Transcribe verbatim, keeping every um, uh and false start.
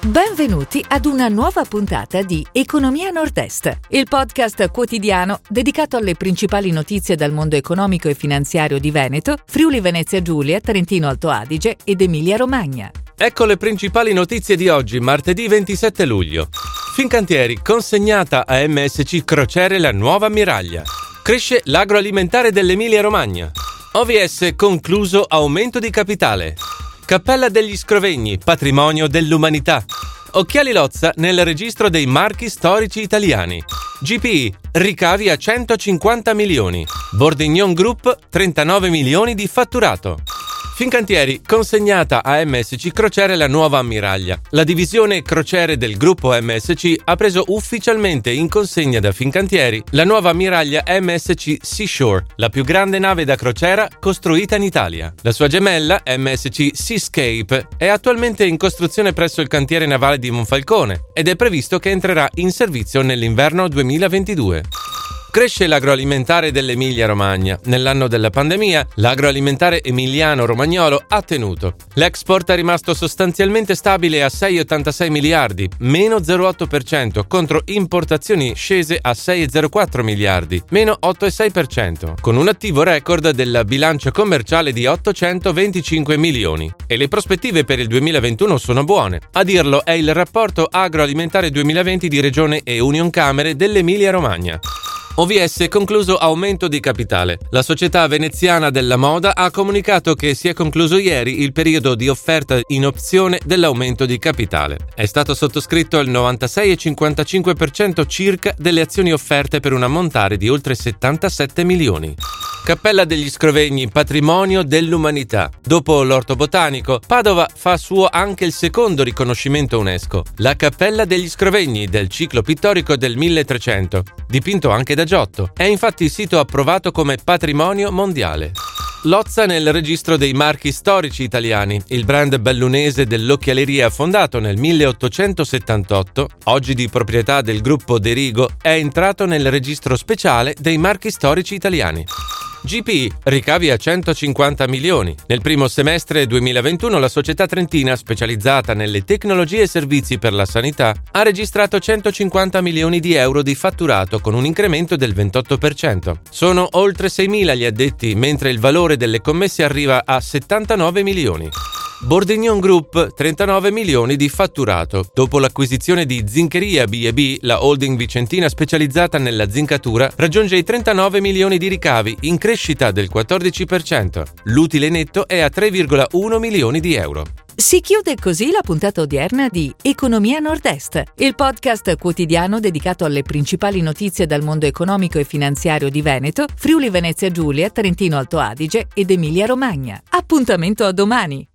Benvenuti ad una nuova puntata di Economia Nord-Est, il podcast quotidiano dedicato alle principali notizie dal mondo economico e finanziario di Veneto, Friuli Venezia Giulia, Trentino Alto Adige ed Emilia Romagna. Ecco le principali notizie di oggi, martedì ventisette luglio. Fincantieri, consegnata a M S C Crociere la nuova ammiraglia. Cresce l'agroalimentare dell'Emilia Romagna. O V S concluso aumento di capitale. Cappella degli Scrovegni, patrimonio dell'umanità. Occhiali Lozza nel registro dei marchi storici italiani. G P I, ricavi a centocinquanta milioni. Bordignon Group, trentanove milioni di fatturato. Fincantieri, consegnata a M S C Crociere la nuova ammiraglia. La divisione crociere del gruppo M S C ha preso ufficialmente in consegna da Fincantieri la nuova ammiraglia M S C Seashore, la più grande nave da crociera costruita in Italia. La sua gemella, M S C Seascape, è attualmente in costruzione presso il cantiere navale di Monfalcone ed è previsto che entrerà in servizio nell'inverno duemilaventidue. Cresce l'agroalimentare dell'Emilia Romagna. Nell'anno della pandemia, l'agroalimentare emiliano-romagnolo ha tenuto. L'export è rimasto sostanzialmente stabile a sei virgola ottantasei miliardi, meno zero virgola otto per cento, contro importazioni scese a sei virgola zero quattro miliardi, meno otto virgola sei per cento, con un attivo record del bilancio commerciale di ottocentoventicinque milioni. E le prospettive per il duemilaventuno sono buone. A dirlo è il rapporto agroalimentare duemilaventi di Regione e Unioncamere dell'Emilia Romagna. O V S concluso aumento di capitale. La società veneziana della moda ha comunicato che si è concluso ieri il periodo di offerta in opzione dell'aumento di capitale. È stato sottoscritto il novantasei virgola cinquantacinque per cento circa delle azioni offerte per un ammontare di oltre settantasette milioni. Cappella degli Scrovegni, patrimonio dell'umanità. Dopo l'orto botanico, Padova fa suo anche il secondo riconoscimento UNESCO, la Cappella degli Scrovegni del ciclo pittorico del milletrecento, dipinto anche da Giotto. È infatti sito approvato come patrimonio mondiale. Lozza nel registro dei marchi storici italiani. Il brand bellunese dell'occhialeria fondato nel milleottocentosettantotto, oggi di proprietà del gruppo De Rigo, è entrato nel registro speciale dei marchi storici italiani. G P I, ricavi a centocinquanta milioni. Nel primo semestre duemilaventuno la società trentina, specializzata nelle tecnologie e servizi per la sanità, ha registrato centocinquanta milioni di euro di fatturato con un incremento del ventotto per cento. Sono oltre seimila gli addetti, mentre il valore delle commesse arriva a settantanove milioni. Bordignon Group, trentanove milioni di fatturato. Dopo l'acquisizione di Zincheria B e B, la holding vicentina specializzata nella zincatura raggiunge i trentanove milioni di ricavi, in crescita del quattordici per cento. L'utile netto è a tre virgola uno milioni di euro. Si chiude così la puntata odierna di Economia Nord-Est, il podcast quotidiano dedicato alle principali notizie dal mondo economico e finanziario di Veneto, Friuli Venezia Giulia, Trentino Alto Adige ed Emilia Romagna. Appuntamento a domani!